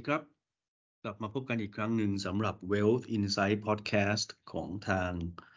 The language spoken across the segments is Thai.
ครับกลับมาพบกันอีกครั้งหนึ่งสำหรับ Wealth Insight Podcast ของทาง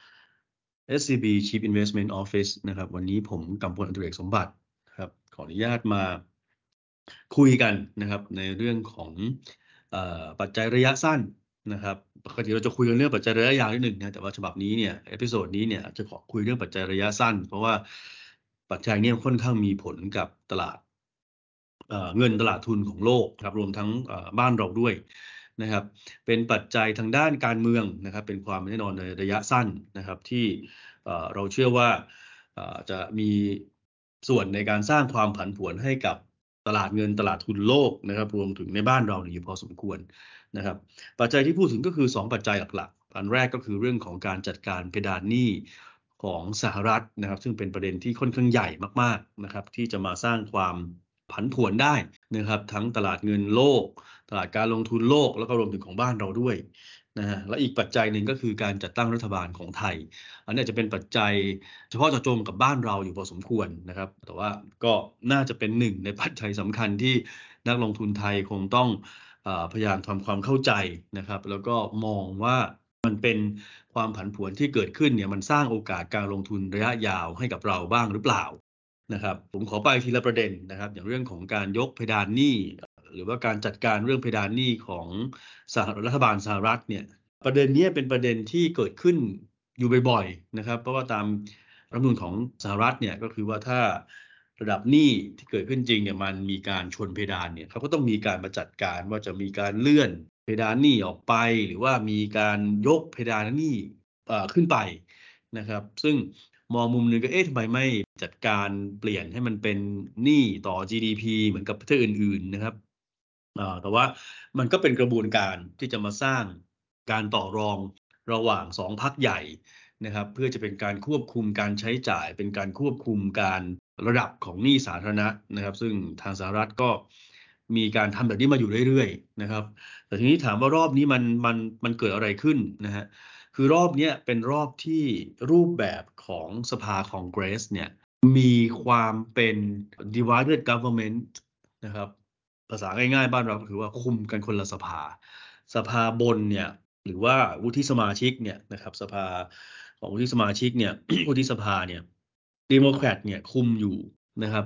SCB Chief Investment Office นะครับวันนี้ผมกำพล อัจฉริยสมบัติครับขออนุญาตมาคุยกันนะครับในเรื่องของปัจจัยระยะสั้นนะครับปกติเราจะคุยกันเรื่องปัจจัยระยะยาวนิดหนึ่งนะแต่ว่าฉบับนี้เนี่ยเอพิโซดนี้เนี่ยจะขอคุยเรื่องปัจจัยระยะสั้นเพราะว่าปัจจัยนี้ค่อนข้างมีผลกับตลาดเงินตลาดทุนของโลกครับรวมทั้งบ้านเราด้วยนะครับเป็นปัจจัยทางด้านการเมืองนะครับเป็นความแน่นอนในระยะสั้นนะครับที่เราเชื่อว่าจะมีส่วนในการสร้างความผันผวนให้กับตลาดเงินตลาดทุนโลกนะครับรวมถึงในบ้านเราอยู่พอสมควรนะครับปัจจัยที่พูดถึงก็คือ2ปัจจัยหลักๆอันแรกก็คือเรื่องของการจัดการเพดานหนี้ของสหรัฐนะครับซึ่งเป็นประเด็นที่ค่อนข้างใหญ่มากๆนะครับที่จะมาสร้างความผันผวนได้นะครับทั้งตลาดเงินโลกตลาดการลงทุนโลกแล้วก็รวมถึงของบ้านเราด้วยนะฮะและอีกปัจจัยหนึ่งก็คือการจัดตั้งรัฐบาลของไทยอันนี้จะเป็นปัจจัยเฉพาะเจาะจงกับบ้านเราอยู่พอสมควรนะครับแต่ว่าก็น่าจะเป็นหนึ่งในปัจจัยสำคัญที่นักลงทุนไทยคงต้องพยายามทำความเข้าใจนะครับแล้วก็มองว่ามันเป็นความผันผวนที่เกิดขึ้นเนี่ยมันสร้างโอกาสการลงทุนระยะยาวให้กับเราบ้างหรือเปล่านะครับผมขอไปทีละประเด็นนะครับอย่างเรื่องของการยกเพดานหนี้หรือว่าการจัดการเรื่องเพดานหนี้ของรัฐบาลสหรัฐเนี่ยประเด็นนี้เป็นประเด็นที่เกิดขึ้นอยู่บ่อยๆนะครับเพราะว่าตามรัฐธรรมนูญของสหรัฐเนี่ยก็คือว่าถ้าระดับหนี้ที่เกิดขึ้นจริงเนี่ยมันมีการชนเพดานเนี่ยเขาก็ต้องมีการมาจัดการว่าจะมีการเลื่อนเพดานหนี้ออกไปหรือว่ามีการยกเพดานหนี้ขึ้นไปนะครับซึ่งมองมุมหนึ่งก็ทำไมไม่จัดการเปลี่ยนให้มันเป็นหนี้ต่อ GDP เหมือนกับประเทศอื่นๆนะครับแต่ว่ามันก็เป็นกระบวนการที่จะมาสร้างการต่อรองระหว่าง2พรรคใหญ่นะครับเพื่อจะเป็นการควบคุมการใช้จ่ายเป็นการควบคุมการระดับของหนี้สาธารณะนะครับซึ่งทางสหรัฐก็มีการทำแบบนี้มาอยู่เรื่อยๆนะครับแต่ทีนี้ถามว่ารอบนี้มันเกิดอะไรขึ้นนะฮะคือรอบนี้เป็นรอบที่รูปแบบของสภาคองเกรสเนี่ยมีความเป็น divided government นะครับภาษาง่ายๆบ้านเราก็คือว่าคุมกันคนละสภาบนเนี่ยหรือว่าวุฒิสมาชิกเนี่ยนะครับสภาของวุฒิสมาชิกเนี่ย วุฒิสภาเนี่ยเดโมแครตเนี่ยคุมอยู่นะครับ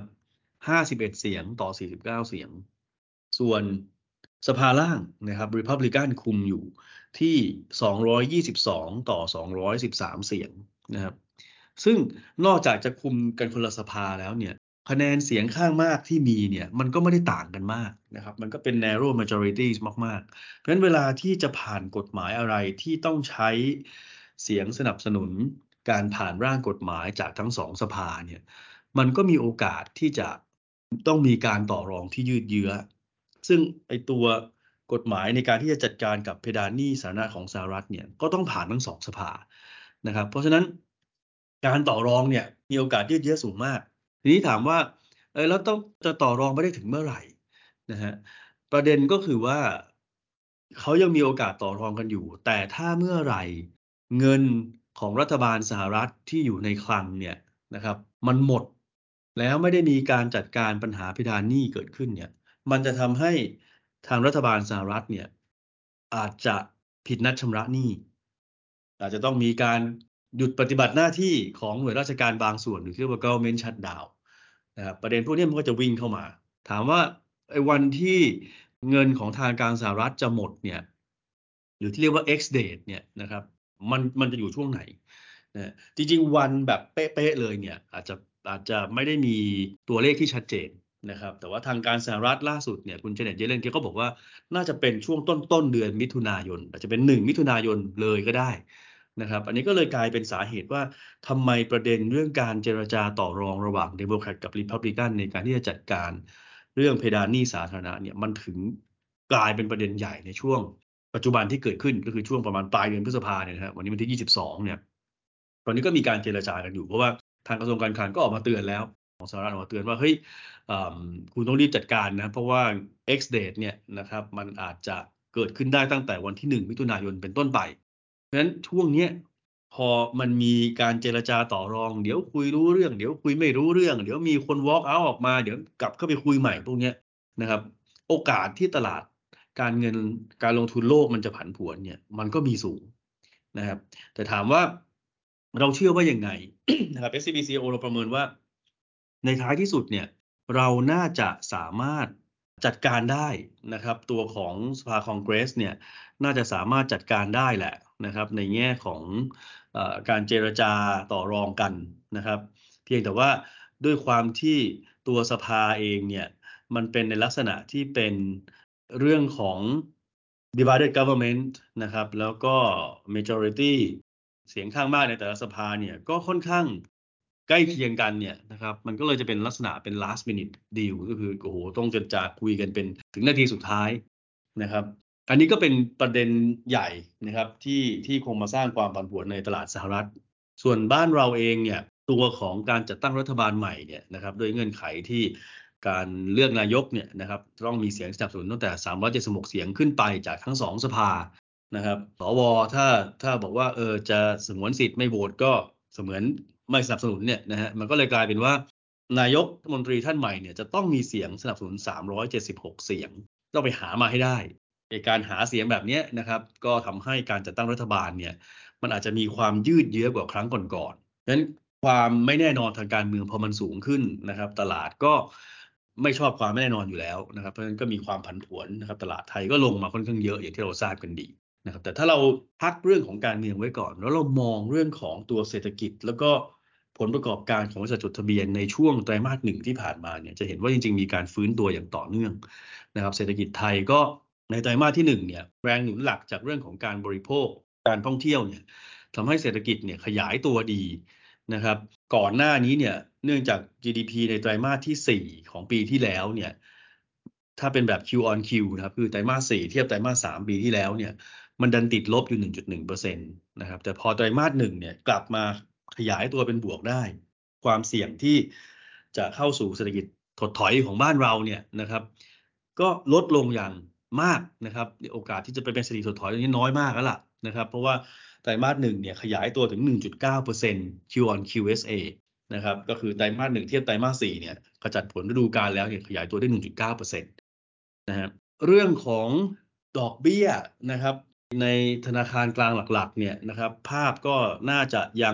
51เสียงต่อ49เสียงส่วนสภาล่างนะครับริพับลิกันคุมอยู่ที่222ต่อ213เสียงนะครับซึ่งนอกจากจะคุมกันคนละสภาแล้วเนี่ยคะแนนเสียงข้างมากที่มีเนี่ยมันก็ไม่ได้ต่างกันมากนะครับมันก็เป็น narrow majority มากๆเพราะฉะนั้นเวลาที่จะผ่านกฎหมายอะไรที่ต้องใช้เสียงสนับสนุนการผ่านร่างกฎหมายจากทั้งสองสภาเนี่ยมันก็มีโอกาสที่จะต้องมีการต่อรองที่ยืดเยื้อซึ่งไอตัวกฎหมายในการที่จะจัดการกับเพดานหนี้สาธารณะของสหรัฐเนี่ยก็ต้องผ่านทั้งสองสภานะครับเพราะฉะนั้นการต่อรองเนี่ยมีโอกาสยืดเยื้อสูงมากทีนี้ถามว่าแล้วจะต่อรองไปได้ถึงเมื่อไหร่นะฮะประเด็นก็คือว่าเขายังมีโอกาสต่อรองกันอยู่แต่ถ้าเมื่อไหร่เงินของรัฐบาลสหรัฐที่อยู่ในคลังเนี่ยนะครับมันหมดแล้วไม่ได้มีการจัดการปัญหาเพดานหนี้เกิดขึ้นเนี่ยมันจะทำให้ทางรัฐบาลสหรัฐเนี่ยอาจจะผิดนัดชำระหนี้อาจจะต้องมีการหยุดปฏิบัติหน้าที่ของหน่วยราชการบางส่วนหรือที่เรียกว่า government shutdown นะครับประเด็นพวกนี้มันก็จะวิ่งเข้ามาถามว่าไอ้วันที่เงินของทางการสหรัฐจะหมดเนี่ยหรือที่เรียกว่า X date เนี่ยนะครับมันจะอยู่ช่วงไหนนะจริงๆวันแบบเป๊ะๆเลยเนี่ยอาจจะไม่ได้มีตัวเลขที่ชัดเจนนะครับแต่ว่าทางการสหรัฐล่าสุดเนี่ยคุณเจเน็ตเยเลนแกก็บอกว่าน่าจะเป็นช่วงต้นเดือนมิถุนายนอาจจะเป็น1 มิถุนายนเลยก็ได้นะครับอันนี้ก็เลยกลายเป็นสาเหตุว่าทำไมประเด็นเรื่องการเจรจาต่อรองระหว่างเดโมแครตกับริพับลิกันในการที่จะจัดการเรื่องเพดานหนี้สาธารณะเนี่ยมันถึงกลายเป็นประเด็นใหญ่ในช่วงปัจจุบันที่เกิดขึ้นก็คือช่วงประมาณปลายเดือนพฤษภาเนี่ยนะครับวันนี้วันที่22เนี่ยตอนนี้ก็มีการเจรจากันอยู่เพราะว่าทางกระทรวงการคลังก็ออกมาเตือนแล้วของสหรัฐออกมาเตือนว่าเฮ้ยคุณต้องรีบจัดการนะเพราะว่า X date เนี่ยนะครับมันอาจจะเกิดขึ้นได้ตั้งแต่วันที่1 มิถุนายนเป็นต้นไปเพราะฉะนั้นช่วงเนี้ยพอมันมีการเจรจาต่อรองเดี๋ยวคุยรู้เรื่องเดี๋ยวคุยไม่รู้เรื่องเดี๋ยวมีคน walk out ออกมาเดี๋ยวกลับเข้าไปคุยใหม่พวกเนี้ยนะครับโอกาสที่ตลาดการเงินการลงทุนโลกมันจะผันผวนเนี่ยมันก็มีสูงนะครับแต่ถามว่าเราเชื่อว่ายังไง นะครับ SCBCO เราประเมินว่าในท้ายที่สุดเนี่ยเราน่าจะสามารถจัดการได้นะครับตัวของสภาคองเกรสเนี่ยน่าจะสามารถจัดการได้แหละนะครับในแง่ของการเจรจาต่อรองกันนะครับเพียงแต่ว่าด้วยความที่ตัวสภาเองเนี่ยมันเป็นในลักษณะที่เป็นเรื่องของ divided government นะครับแล้วก็ majority เสียงข้างมากในแต่ละสภาเนี่ยก็ค่อนข้างใกล้เคียงกันเนี่ยนะครับมันก็เลยจะเป็นลักษณะเป็น last minute deal ก็คือโอ้โหต้องจะคุยกันเป็นถึงนาทีสุดท้ายนะครับอันนี้ก็เป็นประเด็นใหญ่นะครับที่คงมาสร้างความผันผวนในตลาดสหรัฐส่วนบ้านเราเองเนี่ยตัวของการจัดตั้งรัฐบาลใหม่เนี่ยนะครับโดยเงื่อนไขที่การเลือกนายกเนี่ยนะครับต้องมีเสียงสนับสนุนตั้งแต่376เสียงขึ้นไปจากทั้งสองสภานะครับสวถ้าบอกว่าจะสงวนสิทธิ์ไม่โหวตก็เสมือนไม่สนับสนุนเนี่ยนะฮะมันก็เลยกลายเป็นว่านายกรัฐมนตรีท่านใหม่เนี่ยจะต้องมีเสียงสนับสนุน376เสียงต้องไปหามาให้ได้การหาเสียงแบบนี้นะครับก็ทำให้การจัดตั้งรัฐบาลเนี่ยมันอาจจะมีความยืดเยื้อกว่าครั้งก่อนๆนั้นความไม่แน่นอนทางการเมืองพอมันสูงขึ้นนะครับตลาดก็ไม่ชอบความไม่แน่นอนอยู่แล้วนะครับเพราะฉะนั้นก็มีความผันผวนนะครับตลาดไทยก็ลงมาค่อนข้างเยอะอย่างที่เราทราบกันดีนะครับแต่ถ้าเราพักเรื่องของการเมืองไว้ก่อนแล้วเรามองเรื่องของตัวเศรษฐกิจแล้วก็ผลประกอบการของบริษัทจดทะเบียนในช่วงไตรมาส 1ที่ผ่านมาเนี่ยจะเห็นว่าจริงๆมีการฟื้นตัวอย่างต่อเนื่องนะครับเศรษฐกิจไทยก็ในไตรมาสที่1เนี่ยแรงหนุนหลักจากเรื่องของการบริโภคการท่องเที่ยวเนี่ยทำให้เศรษฐกิจเนี่ยขยายตัวดีนะครับก่อนหน้านี้เนี่ยเนื่องจาก GDP ในไตรมาสที่4ของปีที่แล้วเนี่ยถ้าเป็นแบบ Q on Q นะครับคือไตรมาส4เทียบไตรมาส3ปีที่แล้วเนี่ยมันดันติดลบอยู่ 1.1% นะครับแต่พอไตรมาส1เนี่ยกลับมาขยายตัวเป็นบวกได้ความเสี่ยงที่จะเข้าสู่เศรษฐกิจถดถอยของบ้านเราเนี่ยนะครับก็ลดลงอย่างมากนะครับโอกาสที่จะไปเป็นเศรษฐกิจถดถอยตรงนี้น้อยมากแล้วล่ะนะครับเพราะว่าไตรมาส1เนี่ยขยายตัวถึง 1.9% Q on QSA นะครับก็คือไตรมาส1เทียบไตรมาส4เนี่ยขจัดผลฤดูกาลแล้วเนี่ยขยายตัวได้ 1.9%นะฮะเรื่องของดอกเบี้ยนะครับในธนาคารกลางหลักๆเนี่ยนะครับภาพก็น่าจะยัง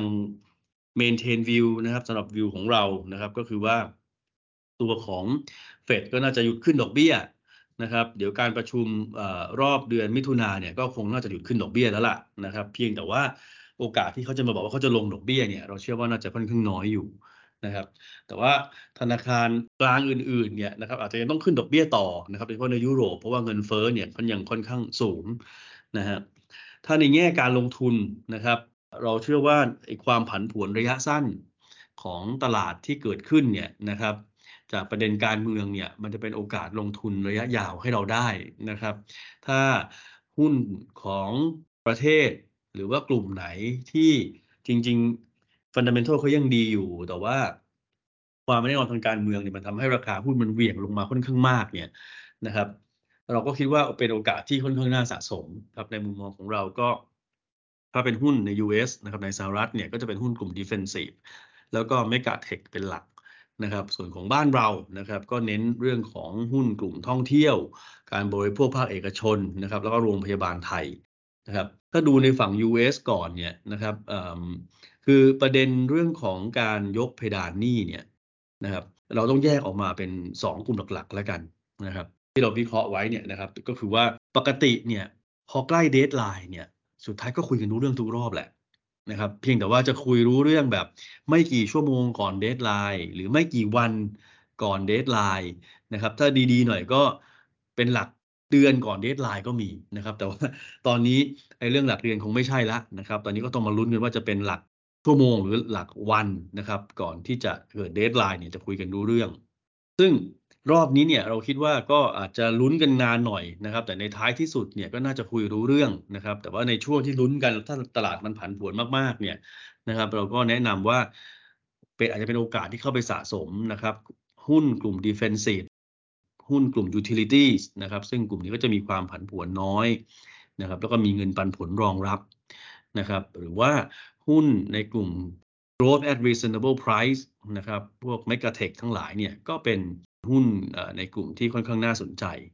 maintain view นะครับสำหรับวิวของเรานะครับก็คือว่าตัวของเฟดก็น่าจะหยุดขึ้นดอกเบี้ยนะครับเดี๋ยวการประชุมรอบเดือนมิถุนาเนี่ยก็คงน่าจะหยุดขึ้นดอกเบี้ยแล้วล่ะนะครับเพียงแต่ว่าโอกาสที่เขาจะมาบอกว่าเขาจะลงดอกเบี้ยเนี่ยเราเชื่อว่าน่าจะค่อนข้างน้อยอยู่นะครับแต่ว่าธนาคารกลางอื่นๆเนี่ยนะครับอาจจะยังต้องขึ้นดอกเบี้ยต่อนะครับโดยเฉพาะในยุโรปเพราะว่าเงินเฟ้อเนี่ยมันยังค่อนข้างสูงนะฮะถ้าในแง่การลงทุนนะครับเราเชื่อว่าความผันผวนระยะสั้นของตลาดที่เกิดขึ้นเนี่ยนะครับจากประเด็นการเมืองเนี่ยมันจะเป็นโอกาสลงทุนระยะยาวให้เราได้นะครับถ้าหุ้นของประเทศหรือว่ากลุ่มไหนที่จริงๆ ฟันดาเมนทัลเขายังดีอยู่แต่ว่าความไม่แน่นอนทางการเมืองเนี่ยมันทำให้ราคาหุ้นมันเหวี่ยงลงมาค่อนข้างมากเนี่ยนะครับเราก็คิดว่าเป็นโอกาสที่ค่อนข้างน่าสะสมครับในมุมมองของเราก็ถ้าเป็นหุ้นใน US นะครับในสหรัฐเนี่ยก็จะเป็นหุ้นกลุ่ม Defensive แล้วก็ Mega Tech เป็นหลักนะครับส่วนของบ้านเรานะครับก็เน้นเรื่องของหุ้นกลุ่มท่องเที่ยวการบริโภคภาคเอกชนนะครับแล้วก็โรงพยาบาลไทยนะครับถ้าดูในฝั่ง US ก่อนเนี่ยนะครับคือประเด็นเรื่องของการยกเพดานหนี้เนี่ยนะครับเราต้องแยกออกมาเป็น2กลุ่มหลักๆแล้วกันนะครับที่เราวิเคราะห์ไว้เนี่ยนะครับก็คือว่าปกติเนี่ยพอใกล้เดดไลน์เนี่ยสุดท้ายก็คุยกันรู้เรื่องทุกรอบแหละนะครับเพียงแต่ว่าจะคุยรู้เรื่องแบบไม่กี่ชั่วโมงก่อนเดดไลน์หรือไม่กี่วันก่อนเดดไลน์นะครับถ้าดีๆหน่อยก็เป็นหลักเดือนก่อนเดดไลน์ก็มีนะครับแต่ว่าตอนนี้ไอ้เรื่องหลักเดือนคงไม่ใช่ละนะครับตอนนี้ก็ต้องมาลุ้นกันว่าจะเป็นหลักชั่วโมงหรือหลักวันนะครับก่อนที่จะเกิดเดดไลน์เนี่ยจะคุยกันรู้เรื่องซึ่งรอบนี้เนี่ยเราคิดว่าก็อาจจะลุ้นกันนานหน่อยนะครับแต่ในท้ายที่สุดเนี่ยก็น่าจะคุยรู้เรื่องนะครับแต่ว่าในช่วงที่ลุ้นกันถ้าตลาดมันผันผวนมากๆเนี่ยนะครับเราก็แนะนำว่าอาจจะเป็นโอกาสที่เข้าไปสะสมนะครับหุ้นกลุ่ม Defensive หุ้นกลุ่ม Utilities นะครับซึ่งกลุ่มนี้ก็จะมีความผันผวนน้อยนะครับแล้วก็มีเงินปันผลรองรับนะครับหรือว่าหุ้นในกลุ่ม growth at reasonable price นะครับพวก mega tech ทั้งหลายเนี่ยก็เป็นหุ้นในกลุ่มที่ค่อนข้างน่าสนใจ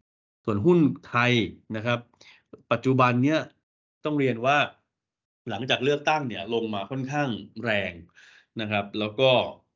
ส่วนหุ้นไทยนะครับปัจจุบันเนี้ยต้องเรียนว่าหลังจากเลือกตั้งเนี่ยลงมาค่อนข้างแรงนะครับแล้วก็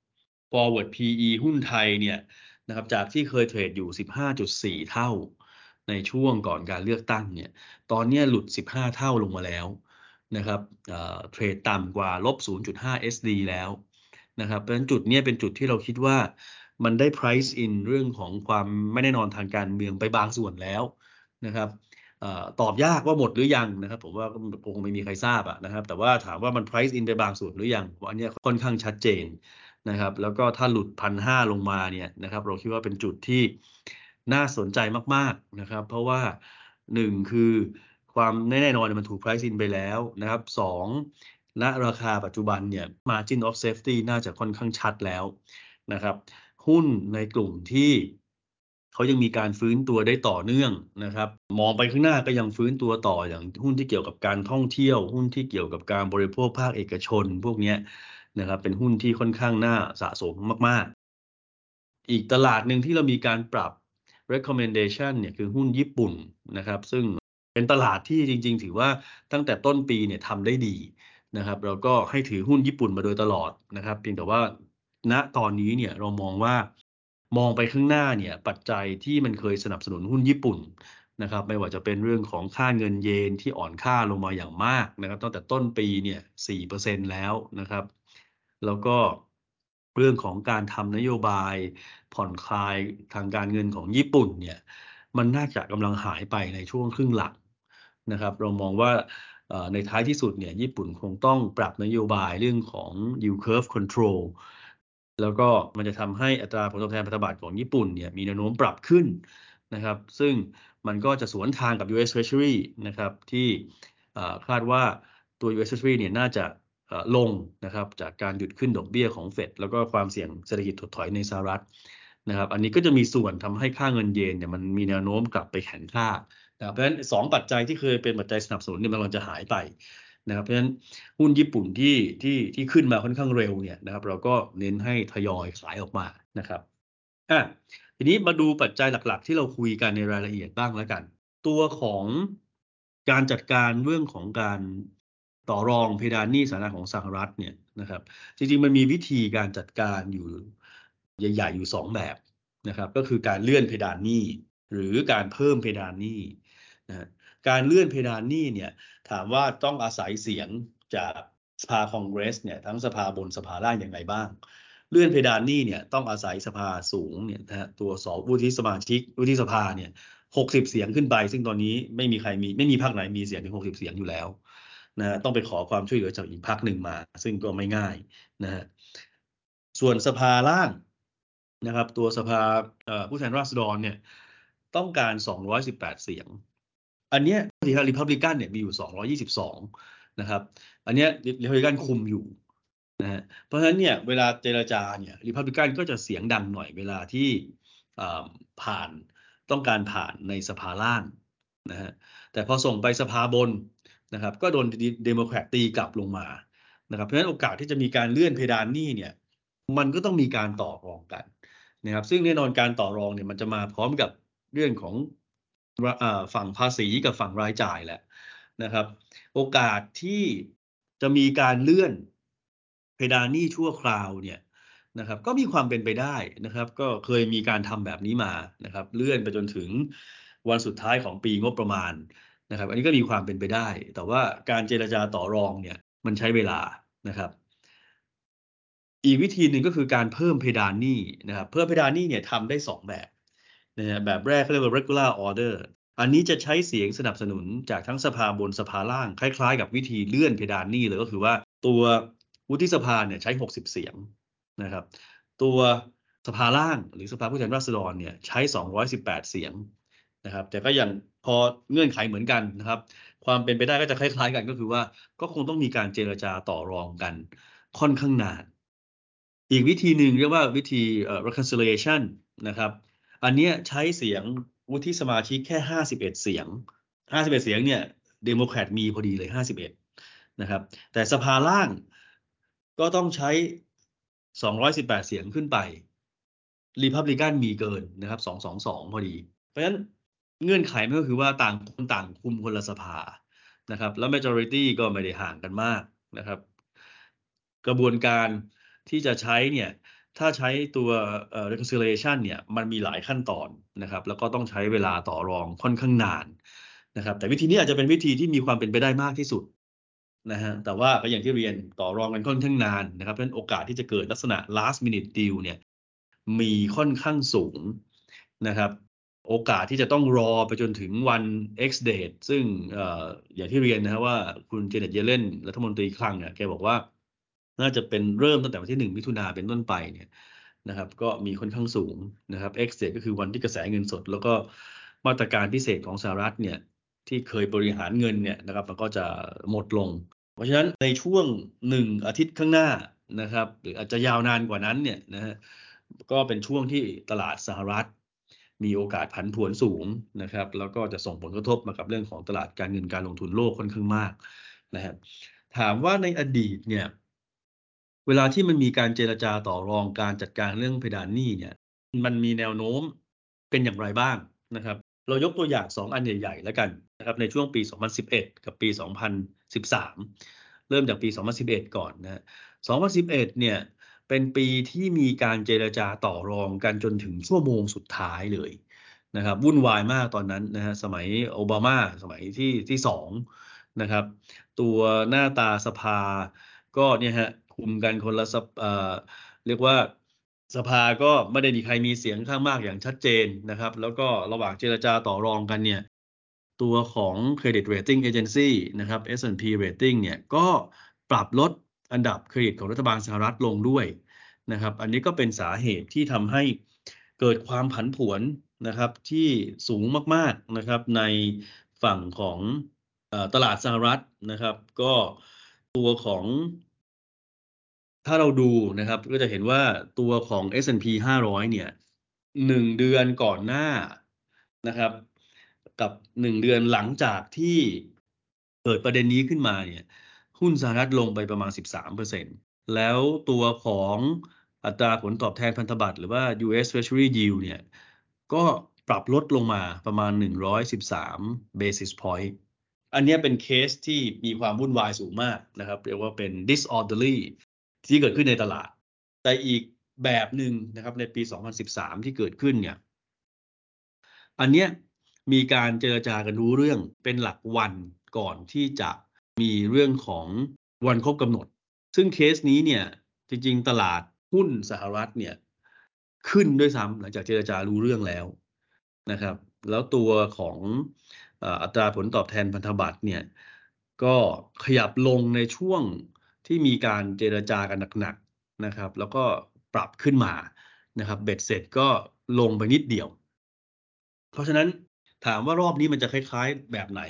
forward PE หุ้นไทยเนี่ยนะครับจากที่เคยเทรดอยู่ 15.4 เท่าในช่วงก่อนการเลือกตั้งเนี่ยตอนนี้หลุด 15 เท่าลงมาแล้วนะครับเทรดต่ำกว่าลบ 0.5 SD แล้วนะครับเพราะฉะนั้นจุดนี้เป็นจุดที่เราคิดว่ามันได้ price in เรื่องของความไม่แน่นอนทางการเมืองไปบางส่วนแล้วนะครับตอบยากว่าหมดหรือยังนะครับผมว่าคงไม่มีใครทราบนะครับแต่ว่าถามว่ามัน price in ไปบางส่วนหรือยังอันนี้ค่อนข้างชัดเจนนะครับแล้วก็ถ้าหลุด1,500ลงมาเนี่ยนะครับเราคิดว่าเป็นจุดที่น่าสนใจมากๆนะครับเพราะว่าหนึ่งคือความไม่แน่นอนมันถูก price in ไปแล้วนะครับสองณราคาปัจจุบันเนี่ย margin of safety น่าจะค่อนข้างชัดแล้วนะครับหุ้นในกลุ่มที่เขายังมีการฟื้นตัวได้ต่อเนื่องนะครับมองไปข้างหน้าก็ยังฟื้นตัวต่ออย่างหุ้นที่เกี่ยวกับการท่องเที่ยวหุ้นที่เกี่ยวกับการบริโภคภาคเอกชนพวกนี้นะครับเป็นหุ้นที่ค่อนข้างน่าสะสมมากๆอีกตลาดหนึ่งที่เรามีการปรับ recommendation เนี่ยคือหุ้นญี่ปุ่นนะครับซึ่งเป็นตลาดที่จริงๆถือว่าตั้งแต่ต้นปีเนี่ยทำได้ดีนะครับเราก็ให้ถือหุ้นญี่ปุ่นมาโดยตลอดนะครับเพียงแต่ว่าณตอนนี้เนี่ยเรามองว่ามองไปข้างหน้าเนี่ยปัจจัยที่มันเคยสนับสนุนหุ้นญี่ปุ่นนะครับไม่ว่าจะเป็นเรื่องของค่าเงินเยนที่อ่อนค่าลงมาอย่างมากนะครับตั้งแต่ต้นปีเนี่ย4%แล้วนะครับแล้วก็เรื่องของการทำนโยบายผ่อนคลายทางการเงินของญี่ปุ่นเนี่ยมันน่าจะกำลังหายไปในช่วงครึ่งหลังนะครับเรามองว่าในท้ายที่สุดเนี่ยญี่ปุ่นคงต้องปรับนโยบายเรื่องของ yield curve control แล้วก็มันจะทำให้อัตราผลตอบแทนพันธบัตรของญี่ปุ่นเนี่ยมีแนวโน้มปรับขึ้นนะครับซึ่งมันก็จะสวนทางกับ US Treasury นะครับที่คาดว่าตัว US Treasury เนี่ยน่าจะลงนะครับจากการหยุดขึ้นดอกเบี้ยของเฟดแล้วก็ความเสี่ยงเศรษฐกิจถดถอยในสหรัฐนะครับอันนี้ก็จะมีส่วนทำให้ค่าเงินเยนเนี่ยมันมีแนวโน้มกลับไปแข็งค่านะครับเพราะฉะนั้นสองปัจจัยที่เคยเป็นปัจจัยสนับสนุนเนี่ยมันกำลังจะหายไปนะครับเพราะฉะนั้นหุ้นญี่ปุ่นที่ขึ้นมาค่อนข้างเร็วเนี่ยนะครับเราก็เน้นให้ทยอยขายออกมานะครับอ่ะทีนี้มาดูปัจจัยหลักๆที่เราคุยกันในรายละเอียดบ้างแล้วกันตัวของการจัดการเรื่องของการต่อรองเพดานหนี้สาธารณะของสหรัฐเนี่ยนะครับจริงๆมันมีวิธีการจัดการอยู่ใหญ่ๆอยู่สองแบบนะครับก็คือการเลื่อนเพดานหนี้หรือการเพิ่มเพดานหนี้นะฮะการเลื่อนเพดานหนี้เนี่ยถามว่าต้องอาศัยเสียงจากสภาคองเกรสเนี่ยทั้งสภาบนสภาล่างอย่างไรบ้างเลื่อนเพดานหนี้เนี่ยต้องอาศัยสภาสูงเนี่ยนะฮะตัวสวุฒิสมาชิกวุฒิสภาเนี่ย60เสียงขึ้นไปซึ่งตอนนี้ไม่มีพรรคไหนมีเสียงถึง60เสียงอยู่แล้วนะฮะต้องไปขอความช่วยเหลือจากอีกพรรคหนึ่งมาซึ่งก็ไม่ง่ายนะฮะส่วนสภาล่างนะครับตัวสภาผู้แทนราษฎรเนี่ยต้องการ218เสียงอันเนี้ยที่ริพับลิกันเนี่ยมีอยู่222นะครับอันเนี้ยริพับลิกันคุมอยู่นะฮะเพราะฉะนั้นเนี่ยเวลาเจรจาเนี่ยริพับลิกันก็จะเสียงดังหน่อยเวลาที่เอ่อผ่านต้องการผ่านในสภาล่างนะฮะแต่พอส่งไปสภาบนนะครับก็โดนเดโมแครตตีกลับลงมานะครับเพราะฉะนั้นโอกาสที่จะมีการเลื่อนเพดานหนี้เนี่ยมันก็ต้องมีการต่อรองกันนะครับซึ่งแน่นอนการต่อรองเนี่ยมันจะมาพร้อมกับเรื่องของฝั่งภาษีกับฝั่งรายจ่ายแหละนะครับโอกาสที่จะมีการเลื่อนเพดานหนี้ชั่วคราวเนี่ยนะครับก็มีความเป็นไปได้นะครับก็เคยมีการทำแบบนี้มานะครับเลื่อนไปจนถึงวันสุดท้ายของปีงบประมาณนะครับอันนี้ก็มีความเป็นไปได้แต่ว่าการเจรจาต่อรองเนี่ยมันใช้เวลานะครับอีกวิธีหนึ่งก็คือการเพิ่มเพดานหนี้นะครับเพิ่มเพดานหนี้เนี่ยทำได้2แบบนะฮะแบบแรกเขาเรียกว่า regular order อันนี้จะใช้เสียงสนับสนุนจากทั้งสภาบนสภาล่างคล้ายๆกับวิธีเลื่อนเพดานหนี้เลยก็คือว่าตัววุฒิสภาเนี่ยใช้60เสียงนะครับตัวสภาล่างหรือสภาผู้แทนราษฎรเนี่ยใช้218เสียงนะครับแต่ก็ยังพอเงื่อนไขเหมือนกันนะครับความเป็นไปได้ก็จะคล้ายๆกันก็คือว่าก็คงต้องมีการเจรจาต่อรองกันค่อนข้างนานอีกวิธีหนึ่งเรียกว่าวิธีreconciliation นะครับอันเนี้ยใช้เสียงวุฒิสมาชิกแค่51เสียง51เสียงเนี่ยเดโมแครตมีพอดีเลย51นะครับแต่สภาล่างก็ต้องใช้218เสียงขึ้นไปรีพับลิกันมีเกินนะครับ222พอดีเพราะฉะนั้นเงื่อนไขมันก็คือว่าต่างคนต่างคุมคนละสภานะครับแล้ว majority ก็ไม่ได้ห่างกันมากนะครับกระบวนการที่จะใช้เนี่ยถ้าใช้ตัว reconciliation เนี่ยมันมีหลายขั้นตอนนะครับแล้วก็ต้องใช้เวลาต่อรองค่อนข้างนานนะครับแต่วิธีนี้อาจจะเป็นวิธีที่มีความเป็นไปได้มากที่สุดนะฮะแต่ว่าก็อย่างที่เรียนต่อรองกันค่อนข้างนานนะครับเพราะฉะนั้นโอกาสที่จะเกิดลักษณะ last minute deal เนี่ยมีค่อนข้างสูงนะครับโอกาสที่จะต้องรอไปจนถึงวัน X date ซึ่งอย่างที่เรียนนะครับว่าคุณเจเน็ตเยเลนรัฐมนตรีคลังเนี่ยแกบอกว่าน่าจะเป็นเริ่มตั้งแต่วันที่1 มิถุนายนเป็นต้นไปเนี่ยนะครับก็มีค่อนข้างสูงนะครับ X date ก็คือวันที่กระแสเงินสดแล้วก็มาตรการพิเศษของสหรัฐเนี่ยที่เคยบริหารเงินเนี่ยนะครับมันก็จะหมดลง เพราะฉะนั้นในช่วง1 อาทิตย์ข้างหน้านะครับหรืออาจจะยาวนานกว่านั้นเนี่ยนะฮะก็เป็นช่วงที่ตลาดสหรัฐมีโอกาสผันผวนสูงนะครับแล้วก็จะส่งผลกระทบมากับเรื่องของตลาดการเงินการลงทุนโลกค่อนข้างมากนะครับถามว่าในอดีตเนี่ยเวลาที่มันมีการเจรจาต่อรองการจัดการเรื่องเพดานหนี้เนี่ยมันมีแนวโน้มเป็นอย่างไรบ้างนะครับเรายกตัวอย่าง2อันใหญ่ๆแล้วกันนะครับในช่วงปี2011กับปี2013เริ่มจากปี2011ก่อนนะ2011เนี่ยเป็นปีที่มีการเจรจาต่อรองกันจนถึงชั่วโมงสุดท้ายเลยนะครับวุ่นวายมากตอนนั้นนะฮะสมัยโอบามาสมัยที่2นะครับตัวหน้าตาสภาก็เนี่ยฮะคุมกันคนละเรียกว่าสภาก็ไม่ได้มีใครมีเสียงข้างมากอย่างชัดเจนนะครับแล้วก็ระหว่างเจรจาต่อรองกันเนี่ยตัวของ Credit Rating Agency นะครับ S&P Rating เนี่ยก็ปรับลดอันดับเครดิตของรัฐบาลสหรัฐลงด้วยนะครับอันนี้ก็เป็นสาเหตุที่ทำให้เกิดความผันผวนนะครับที่สูงมากๆนะครับในฝั่งของตลาดสหรัฐนะครับก็ตัวของถ้าเราดูนะครับก็จะเห็นว่าตัวของ S&P 500เนี่ย1 เดือนก่อนหน้านะครับกับ1 เดือนหลังจากที่เกิดประเด็นนี้ขึ้นมาเนี่ยหุ้นสหรัฐลงไปประมาณ13%แล้วตัวของอัตราผลตอบแทนพันธบัตรหรือว่า US Treasury Yield เนี่ยก็ปรับลดลงมาประมาณ113 basis point อันนี้เป็นเคสที่มีความวุ่นวายสูงมากนะครับเรียกว่าเป็น disorderly ที่เกิดขึ้นในตลาดแต่อีกแบบหนึ่งนะครับในปี2013ที่เกิดขึ้นเนี่ยอันเนี้ยมีการเจรจากันรู้เรื่องเป็นหลักวันก่อนที่จะมีเรื่องของวันครบกำหนดซึ่งเคสนี้เนี่ยจริงๆตลาดหุ้นสหรัฐเนี่ยขึ้นด้วยซ้ำหลังจากเจรจารู้เรื่องแล้วนะครับแล้วตัวของอัตราผลตอบแทนพันธบัตรเนี่ยก็ขยับลงในช่วงที่มีการเจรจากันหนักๆนะครับแล้วก็ปรับขึ้นมานะครับเบ็ดเสร็จก็ลงไปนิดเดียว เพราะฉะนั้นถามว่ารอบนี้มันจะคล้ายๆแบบไหน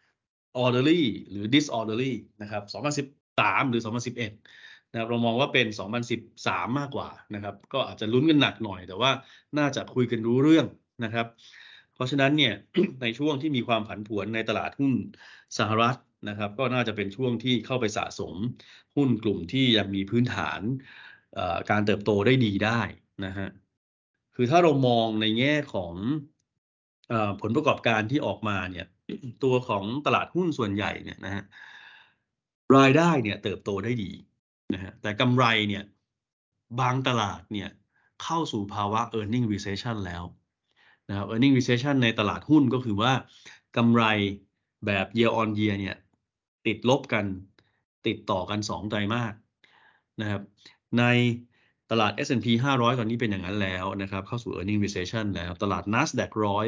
orderly หรือ disorderly นะครับ2013หรือ2011นะครับเรามองว่าเป็น2013มากกว่านะครับก็อาจจะลุ้นกันหนักหน่อยแต่ว่าน่าจะคุยกันรู้เรื่องนะครับเพราะฉะนั้นเนี่ย ในช่วงที่มีความผันผวนในตลาดหุ้นสหรัฐนะครับก็น่าจะเป็นช่วงที่เข้าไปสะสมหุ้นกลุ่มที่ยังมีพื้นฐานการเติบโตได้ดีได้นะฮะ คือถ้าเรามองในแง่ของผลประกอบการที่ออกมาเนี่ยตัวของตลาดหุ้นส่วนใหญ่เนี่ยนะฮะรายได้เนี่ยเติบโตได้ดีนะฮะแต่กำไรเนี่ยบางตลาดเนี่ยเข้าสู่ภาวะ earning recession แล้วนะครับ earning recession ในตลาดหุ้นก็คือว่ากำไรแบบ year on year เนี่ยติดลบกันติดต่อกัน2 ไตรมาสนะครับในตลาด S&P 500ตอนนี้เป็นอย่างนั้นแล้วนะครับเข้าสู่ earning recession แล้วตลาด NASDAQ 100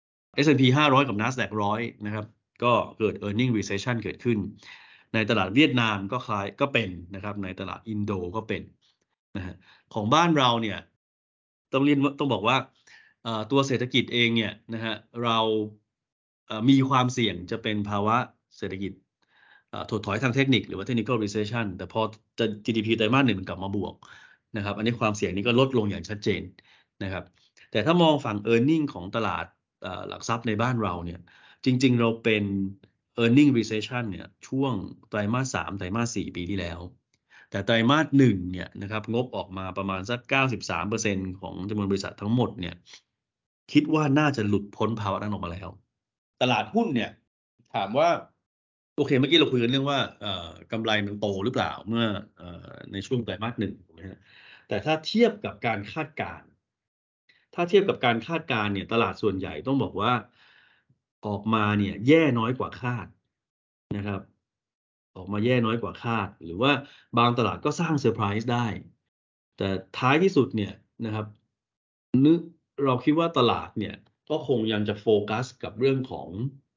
S&P 500กับ NASDAQ 100นะครับก็เกิด earning recession เกิดขึ้นในตลาดเวียดนามก็คล้ายก็เป็นนะครับในตลาดอินโดก็เป็นนะฮะของบ้านเราเนี่ยต้องบอกว่าตัวเศรษฐกิจเองเนี่ยนะฮะเรามีความเสี่ยงจะเป็นภาวะเศรษฐกิจถดถอยทางเทคนิคหรือว่า technical recession แต่พอจะ GDP ไตรมาส 1กลับมาบวกนะครับอันนี้ความเสี่ยงนี้ก็ลดลงอย่างชัดเจนนะครับแต่ถ้ามองฝั่ง earning ของตลาดหลักทรัพย์ในบ้านเราเนี่ยจริงๆเราเป็น earning recession เนี่ยช่วงไตรมาส 3ไตรมาส 4ปีที่แล้วแต่ไตรมาส 1เนี่ยนะครับงบออกมาประมาณสัก93%ของจำนวนบริษัททั้งหมดเนี่ยคิดว่าน่าจะหลุดพ้นภาวะนั้นออกมาแล้วตลาดหุ้นเนี่ยถามว่าโอเคเมื่อกี้เราคุยกันเรื่องว่ากำไรมันโตหรือเปล่าเมื่อในช่วงไตรมาสหนึ่งถูกไหมฮะแต่ถ้าเทียบกับการคาดการณ์ถ้าเทียบกับการคาดการณ์เนี่ยตลาดส่วนใหญ่ต้องบอกว่าออกมาเนี่ยแย่น้อยกว่าคาดนะครับออกมาแย่น้อยกว่าคาดหรือว่าบางตลาดก็สร้างเซอร์ไพรส์ได้แต่ท้ายที่สุดเนี่ยนะครับ นึกเราคิดว่าตลาดเนี่ยก็คงยังจะโฟกัสกับเรื่องของ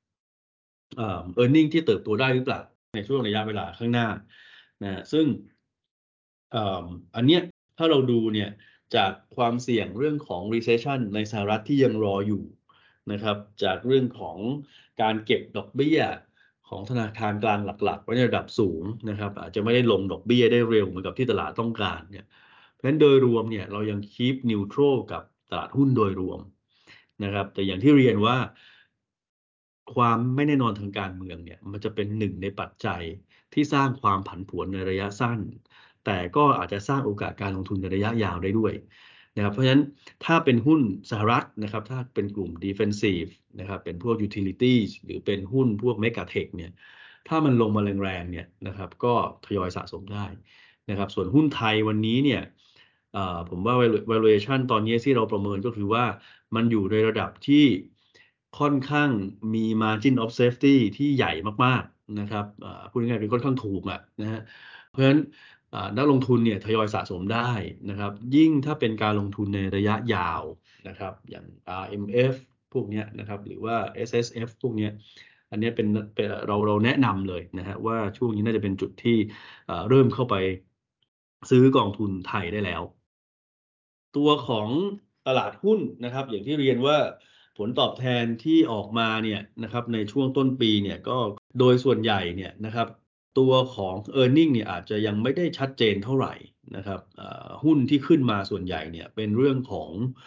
earning ที่เติบโตได้หรือเปล่าในช่วงระยะเวลาข้างหน้านะซึ่งเอ่ออันเนี้ยถ้าเราดูเนี่ยจากความเสี่ยงเรื่องของ recession ในสหรัฐที่ยังรออยู่นะครับจากเรื่องของการเก็บดอกเบี้ยของธนาคารกลางหลักๆไว้ในระดับสูงนะครับอาจจะไม่ได้ลงดอกเบี้ยได้เร็วเหมือนกับที่ตลาดต้องการเนี่ย เพราะฉะนั้นโดยรวมเนี่ยเรายัง keep neutral กับตลาดหุ้นโดยรวมนะครับแต่อย่างที่เรียนว่าความไม่แน่นอนทางการเมืองเนี่ยมันจะเป็นหนึ่งในปัจจัยที่สร้างความผันผวนในระยะสั้นแต่ก็อาจจะสร้างโอกาสการลงทุนในระยะยาวได้ด้วยนะครับเพราะฉะนั้นถ้าเป็นหุ้นสหรัฐนะครับถ้าเป็นกลุ่ม defensive นะครับเป็นพวก utilities หรือเป็นหุ้นพวก mega tech เนี่ยถ้ามันลงมาแรงๆเนี่ยนะครับก็ทยอยสะสมได้นะครับส่วนหุ้นไทยวันนี้เนี่ย ผมว่า valuation ตอนนี้ที่เราประเมินก็คือว่ามันอยู่ในระดับที่ค่อนข้างมี margin of safety ที่ใหญ่มากๆนะครับพูดง่ายๆคือค่อนข้างถูกอ่ะนะฮะเพราะฉะนั้นนักลงทุนเนี่ยทยอยสะสมได้นะครับยิ่งถ้าเป็นการลงทุนในระยะยาวนะครับอย่าง RMF พวกเนี้ยนะครับหรือว่า SSF พวกเนี้ยอันนี้เป็นเราแนะนำเลยนะฮะว่าช่วงนี้น่าจะเป็นจุดที่เริ่มเข้าไปซื้อกองทุนไทยได้แล้ว ตัวของตลาดหุ้นนะครับอย่างที่เรียนว่าผลตอบแทนที่ออกมาเนี่ยนะครับในช่วงต้นปีเนี่ยก็โดยส่วนใหญ่เนี่ยนะครับตัวของ earning เนี่ยอาจจะยังไม่ได้ชัดเจนเท่าไหร่นะครับหุ้นที่ขึ้นมาส่วนใหญ่เนี่ยเป็นเรื่องของ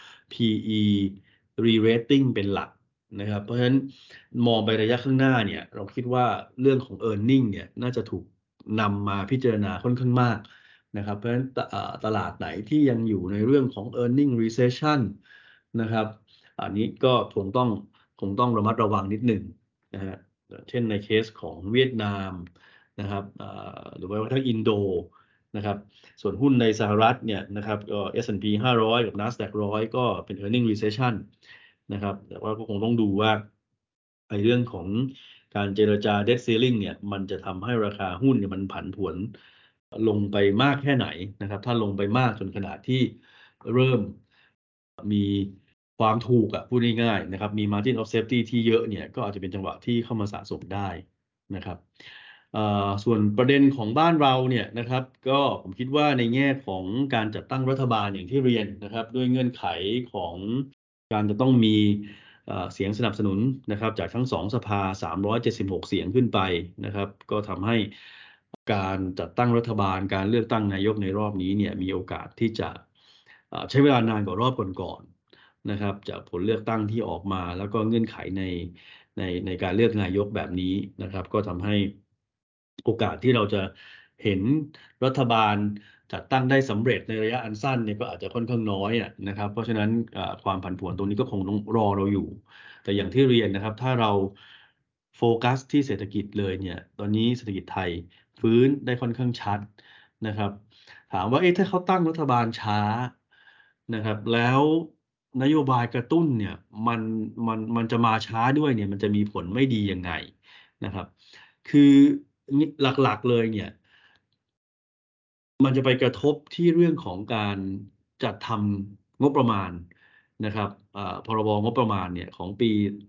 PE re-rating เป็นหลักนะครับเพราะฉะนั้นมองไประยะข้างหน้าเนี่ยเราคิดว่าเรื่องของ earning เนี่ยน่าจะถูกนำมาพิจารณาค่อนข้างมาก นะครับเพราะฉะนั้นตลาดไหนที่ยังอยู่ในเรื่องของ earning recession นะครับอันนี้ก็คงต้องระมัดระวังนิดหนึ่งนะฮะเช่นในเคสของเวียดนามนะครับหรือว่าทั้งอินโดนะครับส่วนหุ้นในสหรัฐเนี่ยนะครับก็ S&P 500กับ NASDAQ 100ก็เป็น earning recession นะครับแต่ว่าก็คงต้องดูว่าไอ้เรื่องของการเจรจา debt ceiling เนี่ยมันจะทำให้ราคาหุ้นเนี่ยมันผันผวน ลงไปมากแค่ไหนนะครับถ้าลงไปมากจนขนาดที่เริ่มมีความถูกอ่ะพูดง่ายๆนะครับมี margin of safety ที่เยอะเนี่ยก็อาจจะเป็นจังหวะที่เข้ามาสะสมได้นะครับเอ่อส่วนประเด็นของบ้านเราเนี่ยนะครับก็ผมคิดว่าในแง่ของการจัดตั้งรัฐบาลอย่างที่เรียนนะครับด้วยเงื่อนไขของการจะต้องมีเสียงสนับสนุนนะครับจากทั้งสองสภา376เสียงขึ้นไปนะครับก็ทำให้การจัดตั้งรัฐบาลการเลือกตั้งนายกในรอบนี้เนี่ยมีโอกาสที่จะใช้เวลานานกว่ารอบก่อนๆนะครับจากผลเลือกตั้งที่ออกมาแล้วก็เงื่อนไขในการเลือกนายกแบบนี้นะครับก็ทำให้โอกาสที่เราจะเห็นรัฐบาลจัดตั้งได้สำเร็จในระยะอันสั้นเนี่ยก็อาจจะค่อนข้างน้อยนะครับเพราะฉะนั้นความผันผวนตรงนี้ก็คงต้องรอเราอยู่ แต่อย่างที่เรียนนะครับถ้าเราโฟกัสที่เศรษฐกิจเลยเนี่ยตอนนี้เศรษฐกิจไทยฟื้นได้ค่อนข้างชัดนะครับถามว่าเอ๊ะถ้าเขาตั้งรัฐบาลช้านะครับแล้วนโยบายกระตุ้นเนี่ยมันมันจะมาช้าด้วยเนี่ยมันจะมีผลไม่ดียังไงนะครับคือหลักๆเลยเนี่ย มันจะไปกระทบที่เรื่องของการจัดทำงบประมาณนะครับพรบงบประมาณเนี่ยของปี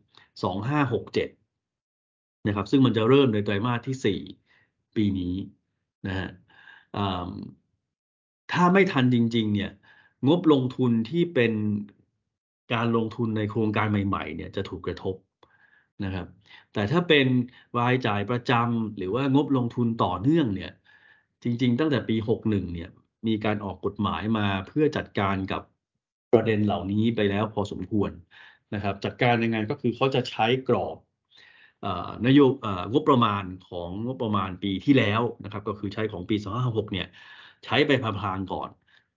2567นะครับซึ่งมันจะเริ่มในไตรมาสที่4ปีนี้นะฮะอ่าถ้าไม่ทันจริงๆเนี่ยงบลงทุนที่เป็นการลงทุนในโครงการใหม่ๆเนี่ยจะถูกกระทบนะครับแต่ถ้าเป็นรายจ่ายประจำหรือว่างบลงทุนต่อเนื่องเนี่ย จริงๆตั้งแต่ปี61เนี่ยมีการออกกฎหมายมาเพื่อจัดการกับประเด็นเหล่านี้ไปแล้วพอสมควรนะครับจัดการยังไงก็คือเขาจะใช้กรอบนโยงบประมาณของงบประมาณปีที่แล้วนะครับก็คือใช้ของปี2566เนี่ยใช้ไปพลางๆก่อน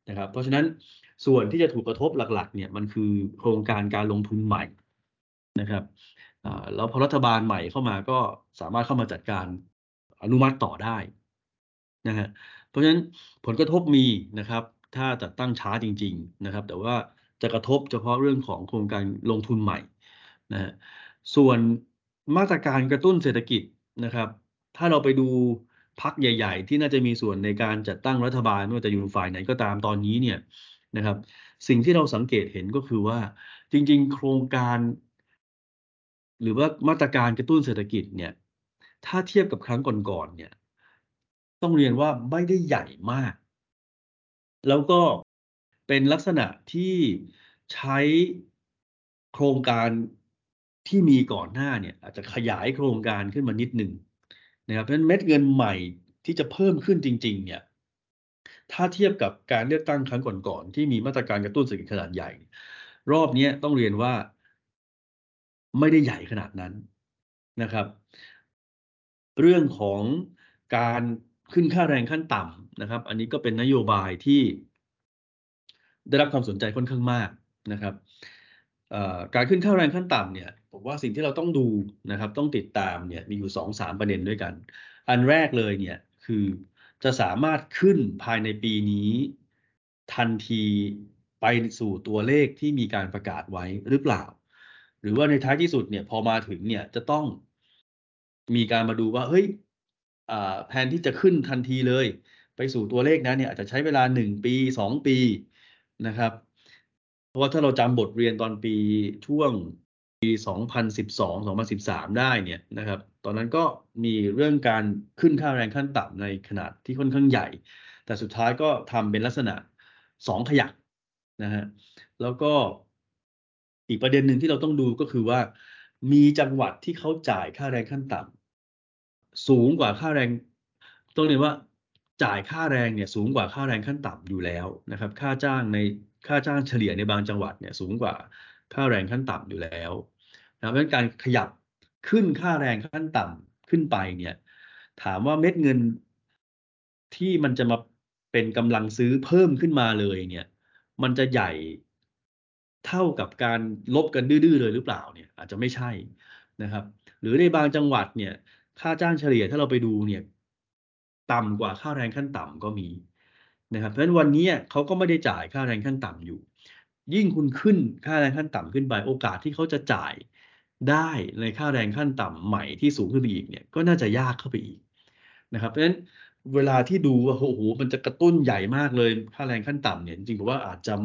นะครับเพราะฉะนั้นส่วนที่จะถูกกระทบหลักๆเนี่ยมันคือโครงการการลงทุนใหม่นะครับแล้วพอรัฐบาลใหม่เข้ามาก็สามารถเข้ามาจัดการอนุมัติต่อได้นะฮะเพราะฉะนั้นผลกระทบมีนะครับถ้าจัดตั้งช้าจริงๆนะครับแต่ว่าจะกระทบเฉพาะเรื่องของโครงการลงทุนใหม่นะฮะส่วนมาตรการกระตุ้นเศรษฐกิจนะครับถ้าเราไปดูพรรคใหญ่ๆที่น่าจะมีส่วนในการจัดตั้งรัฐบาลไม่ว่าจะอยู่ฝ่ายไหนก็ตามตอนนี้เนี่ยนะครับสิ่งที่เราสังเกตเห็นก็คือว่าจริงๆโครงการหรือว่ามาตรการกระตุ้นเศรษฐกิจเนี่ยถ้าเทียบกับครั้งก่อนๆเนี่ยต้องเรียนว่าไม่ได้ใหญ่มาก แล้วก็เป็นลักษณะที่ใช้โครงการที่มีก่อนหน้าเนี่ยอาจจะขยายโครงการขึ้นมานิดหนึ่งนะครับเพราะฉะนั้นเม็ดเงินใหม่ที่จะเพิ่มขึ้นจริงๆเนี่ยถ้าเทียบกับการเลือกตั้งครั้งก่อนๆที่มีมาตรการกระตุ้นเศรษฐกิจขนาดใหญ่รอบนี้ต้องเรียนว่าไม่ได้ใหญ่ขนาดนั้นนะครับเรื่องของการขึ้นค่าแรงขั้นต่ำนะครับอันนี้ก็เป็นนโยบายที่ ได้รับความสนใจค่อนข้างมากนะครับการขึ้นค่าแรงขั้นต่ำเนี่ยผมว่าสิ่งที่เราต้องดูนะครับต้องติดตามเนี่ยมีอยู่2-3ประเด็นด้วยกันอันแรกเลยเนี่ยคือจะสามารถขึ้นภายในปีนี้ทันทีไปสู่ตัวเลขที่มีการประกาศไว้หรือเปล่าหรือว่าในท้ายที่สุดเนี่ยพอมาถึงเนี่ยจะต้องมีการมาดูว่าเฮ้ยอ่าแทนที่จะขึ้นทันทีเลยไปสู่ตัวเลขนั้นเนี่ยอาจจะใช้เวลา1 ปี2 ปี นะครับเพราะว่าถ้าเราจำบทเรียนตอนปีช่วงปี2012 2013ได้เนี่ยนะครับตอนนั้นก็มีเรื่องการขึ้นค่าแรงขั้นต่ำในขนาดที่ค่อนข้างใหญ่แต่สุดท้ายก็ทำเป็นลักษณะ2 ขยักนะฮะแล้วก็อีกประเด็นหนึ่งที่เราต้องดูก็คือว่ามีจังหวัดที่เขาจ่ายค่าแรงขั้นต่ำสูงกว่าค่าแรงต้องเรียนว่าจ่ายค่าแรงเนี่ยสูงกว่าค่าแรงขั้นต่ำอยู่แล้วนะครับค่าจ้างเฉลี่ยในบางจังหวัดเนี่ยสูงกว่าค่าแรงขั้นต่ำอยู่แล้วนะครับเพราะฉะนั้นการขยับขึ้นค่าแรงขั้นต่ำขึ้นไปเนี่ยถามว่าเม็ดเงินที่มันจะมาเป็นกำลังซื้อเพิ่มขึ้นมาเลยเนี่ยมันจะใหญ่เท่ากับการลบกันดื้อๆเลยหรือเปล่าเนี่ยอาจจะไม่ใช่นะครับหรือในบางจังหวัดเนี่ยค่าจ้างเฉลี่ยถ้าเราไปดูเนี่ยต่ำกว่าค่าแรงขั้นต่ำก็มีนะครับเพราะฉะนั้นวันนี้เขาก็ไม่ได้จ่ายค่าแรงขั้นต่ำอยู่ยิ่งคุณขึ้นค่าแรงขั้นต่ำขึ้นไปโอกาสที่เขาจะจ่ายได้ในค่าแรงขั้นต่ำใหม่ที่สูงขึ้นไปอีกเนี่ยก็น่าจะยากเข้าไปอีกนะครับเพราะฉะนั้นเวลาที่ดูว่าโอ้โหมันจะกระตุ้นใหญ่มากเลยค่าแรงขั้นต่ำเนี่ยจริงๆผมว่าอาจจะ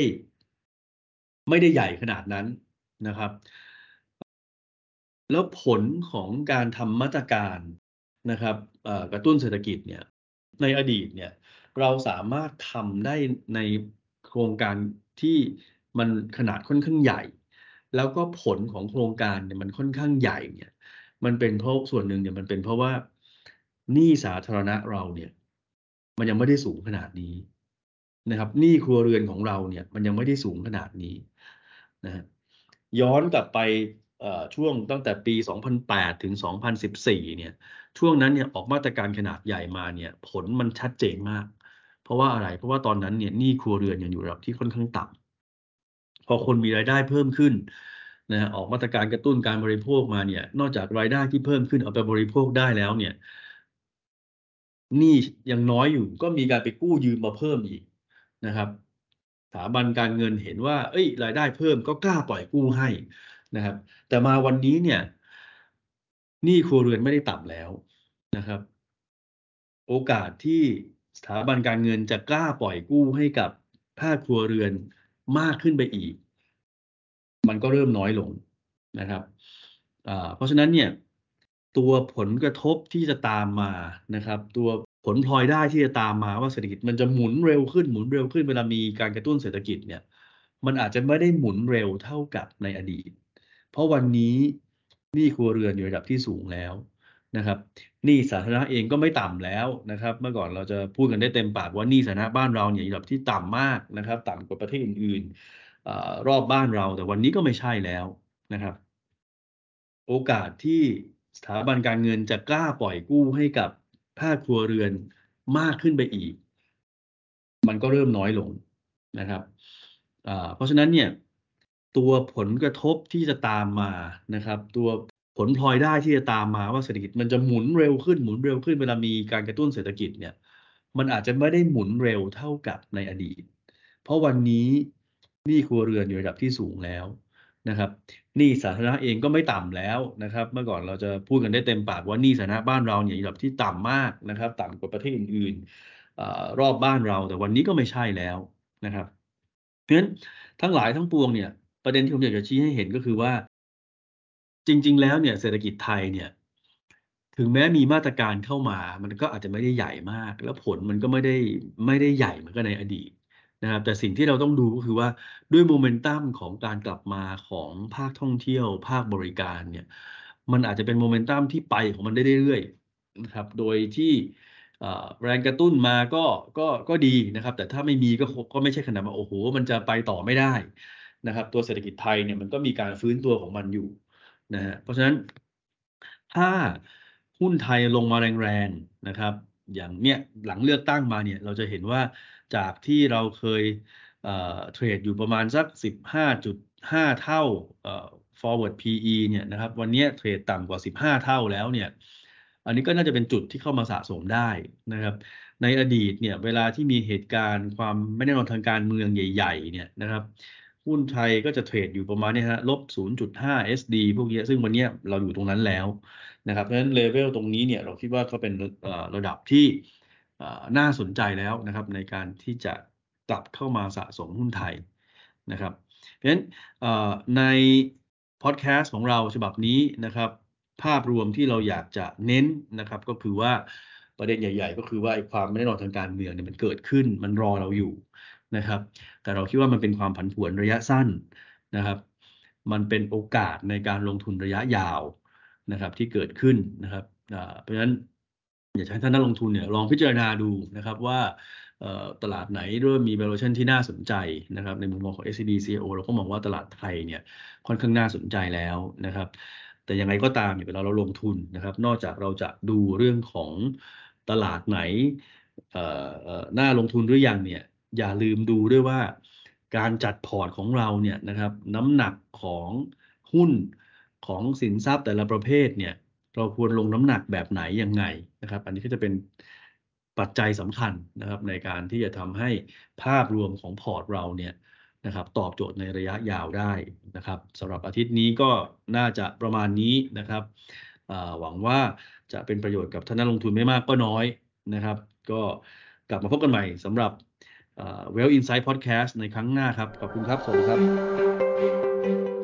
ไม่ได้ใหญ่ขนาดนั้นนะครับ แล้วผลของการทำมาตรการนะครับกระตุ้นเศรษฐกิจเนี่ยในอดีตเนี่ยเราสามารถทำได้ในโครงการที่มันขนาดค่อนข้างใหญ่แล้วก็ผลของโครงการเนี่ยมันค่อนข้างใหญ่เนี่ยมันเป็นเพราะส่วนหนึ่งเนี่ยมันเป็นเพราะว่าหนี้สาธารณะเราเนี่ยมันยังไม่ได้สูงขนาดนี้นะครับหนี้ครัวเรือนของเราเนี่ยมันยังไม่ได้สูงขนาดนี้นะฮะย้อนกลับไป ช่วงตั้งแต่ปี2008ถึง2014เนี่ยช่วงนั้นเนี่ยออกมาตรการขนาดใหญ่มาเนี่ยผลมันชัดเจนมากเพราะว่าอะไรเพราะว่าตอนนั้นเนี่ยหนี้ครัวเรือนยังอยู่ระดับที่ค่อนข้างต่ำพอคนมีรายได้เพิ่มขึ้นนะฮะออกมาตรการกระตุ้นการบริโภคมาเนี่ยนอกจากรายได้ที่เพิ่มขึ้นเอาไปบริโภคได้แล้วเนี่ยหนี้ยังน้อยอยู่ก็มีการไปกู้ยืมมาเพิ่มอีกนะครับสถาบันการเงินเห็นว่าเอ้ยรายได้เพิ่มก็กล้าปล่อยกู้ให้นะครับแต่มาวันนี้เนี่ย หนี้ครัวเรือนไม่ได้ต่ำแล้วนะครับโอกาสที่สถาบันการเงินจะกล้าปล่อยกู้ให้กับภาคครัวเรือนมากขึ้นไปอีกมันก็เริ่มน้อยลงนะครับเพราะฉะนั้นเนี่ยตัวผลกระทบที่จะตามมานะครับตัวผลพลอยได้ที่จะตามมาว่าเศรษฐกิจมันจะหมุนเร็วขึ้นเวลามีการกระตุ้นเศรษฐกิจเนี่ยมันอาจจะไม่ได้หมุนเร็วเท่ากับในอดีตเพราะวันนี้หนี้ครัวเรือนอยู่ระดับที่สูงแล้วนะครับหนี้สาธารณะเองก็ไม่ต่ำแล้วนะครับเมื่อก่อนเราจะพูดกันได้เต็มปากว่าหนี้สาธารณะบ้านเราเนี่ยอยู่ระดับที่ต่ำมากนะครับต่ำกว่าประเทศอื่นๆรอบบ้านเราแต่วันนี้ก็ไม่ใช่แล้วนะครับโอกาสที่สถาบันการเงินจะกล้าปล่อยกู้ให้กับภาคครัวเรือนมากขึ้นไปอีกมันก็เริ่มน้อยลงนะครับเพราะฉะนั้นเนี่ยตัวผลกระทบที่จะตามมานะครับตัวผลพลอยได้ที่จะตามมาว่าเศรษฐกิจมันจะหมุนเร็วขึ้นหมุนเร็วขึ้นเวลามีการกระตุ้นเศรษฐกิจเนี่ยมันอาจจะไม่ได้หมุนเร็วเท่ากับในอดีตเพราะวันนี้หนี้ครัวเรือนอยู่ระดับที่สูงแล้วนะครับหนี้สาธารณะเองก็ไม่ต่ำแล้วนะครับเมื่อก่อนเราจะพูดกันได้เต็มปากว่าหนี้สาธารณะบ้านเราเนี่ยอยู่ระดับที่ต่ำมากนะครับต่ำกว่าประเทศอื่นๆรอบบ้านเราแต่วันนี้ก็ไม่ใช่แล้วนะครับเพราะฉะนั้นทั้งหลายทั้งปวงเนี่ยประเด็นที่ผมอยากจะชี้ให้เห็นก็คือว่าจริงๆแล้วเนี่ยเศรษฐกิจไทยเนี่ยถึงแม้มีมาตรการเข้ามามันก็อาจจะไม่ได้ใหญ่มากแล้วผลมันก็ไม่ได้ใหญ่เหมือนกับในอดีตนะครับแต่สิ่งที่เราต้องดูก็คือว่าด้วยโมเมนตัมของการกลับมาของภาคท่องเที่ยวภาคบริการเนี่ยมันอาจจะเป็นโมเมนตัมที่ไปของมันได้เรื่อยๆนะครับโดยที่แรงกระตุ้นมาก็ดีนะครับแต่ถ้าไม่มีก็ไม่ใช่ขนาดว่าโอ้โหมันจะไปต่อไม่ได้นะครับตัวเศรษฐกิจไทยเนี่ยมันก็มีการฟื้นตัวของมันอยู่นะฮะเพราะฉะนั้นถ้าหุ้นไทยลงมาแรงๆนะครับอย่างเนี้ยหลังเลือกตั้งมาเนี่ยเราจะเห็นว่าจากที่เราเคยเทรดอยู่ประมาณสัก15.5เท่าเอ่อ forward PE เนี่ยนะครับวันนี้เทรดต่ำกว่า15เท่าแล้วเนี่ยอันนี้ก็น่าจะเป็นจุดที่เข้ามาสะสมได้นะครับในอดีตเนี่ยเวลาที่มีเหตุการณ์ความไม่แน่นอนทางการเมืองใหญ่ๆเนี่ยนะครับหุ้นไทยก็จะเทรดอยู่ประมาณนี้ฮะลบ0.5 SD พวกนี้ซึ่งวันนี้เราอยู่ตรงนั้นแล้วนะครับเพราะฉะนั้นเลเวลตรงนี้เนี่ยเราคิดว่าก็เป็นระดับที่น่าสนใจแล้วนะครับในการที่จะกลับเข้ามาสะสมหุ้นไทยนะครับเพราะฉะนั้นในพอดแคสต์ของเราฉบับนี้นะครับภาพรวมที่เราอยากจะเน้นนะครับก็คือว่าประเด็นใหญ่ๆก็คือว่าไอ้ความไม่แน่นอนทางการเมืองเนี่ยมันเกิดขึ้นมันรอเราอยู่นะครับแต่เราคิดว่ามันเป็นความผันผวนระยะสั้นนะครับมันเป็นโอกาสในการลงทุนระยะยาวนะครับที่เกิดขึ้นนะครับเพราะฉะนั้นอยากให้ท่านนักลงทุนเนี่ยลองพิจารณาดูนะครับว่าตลาดไหนเริ่มมี valuation ที่น่าสนใจนะครับในมุมมองของ SCB CIO เราก็มองว่าตลาดไทยเนี่ยค่อนข้างน่าสนใจแล้วนะครับแต่ยังไงก็ตามเนี่ยเวลาเราลงทุนนะครับนอกจากเราจะดูเรื่องของตลาดไหนน่าลงทุนหรือยังเนี่ยอย่าลืมดูด้วยว่าการจัดพอร์ตของเราเนี่ยนะครับน้ำหนักของหุ้นของสินทรัพย์แต่ละประเภทเนี่ยเราควรลงน้ำหนักแบบไหนยังไงนะครับอันนี้ก็จะเป็นปัจจัยสำคัญนะครับในการที่จะทำให้ภาพรวมของพอร์ตเราเนี่ยนะครับตอบโจทย์ในระยะยาวได้นะครับสำหรับอาทิตย์นี้ก็น่าจะประมาณนี้นะครับหวังว่าจะเป็นประโยชน์กับท่านนักลงทุนไม่มากก็น้อยนะครับก็กลับมาพบกันใหม่สำหรับWell Insight Podcast ในครั้งหน้าครับขอบคุณครับสวัสดีครับ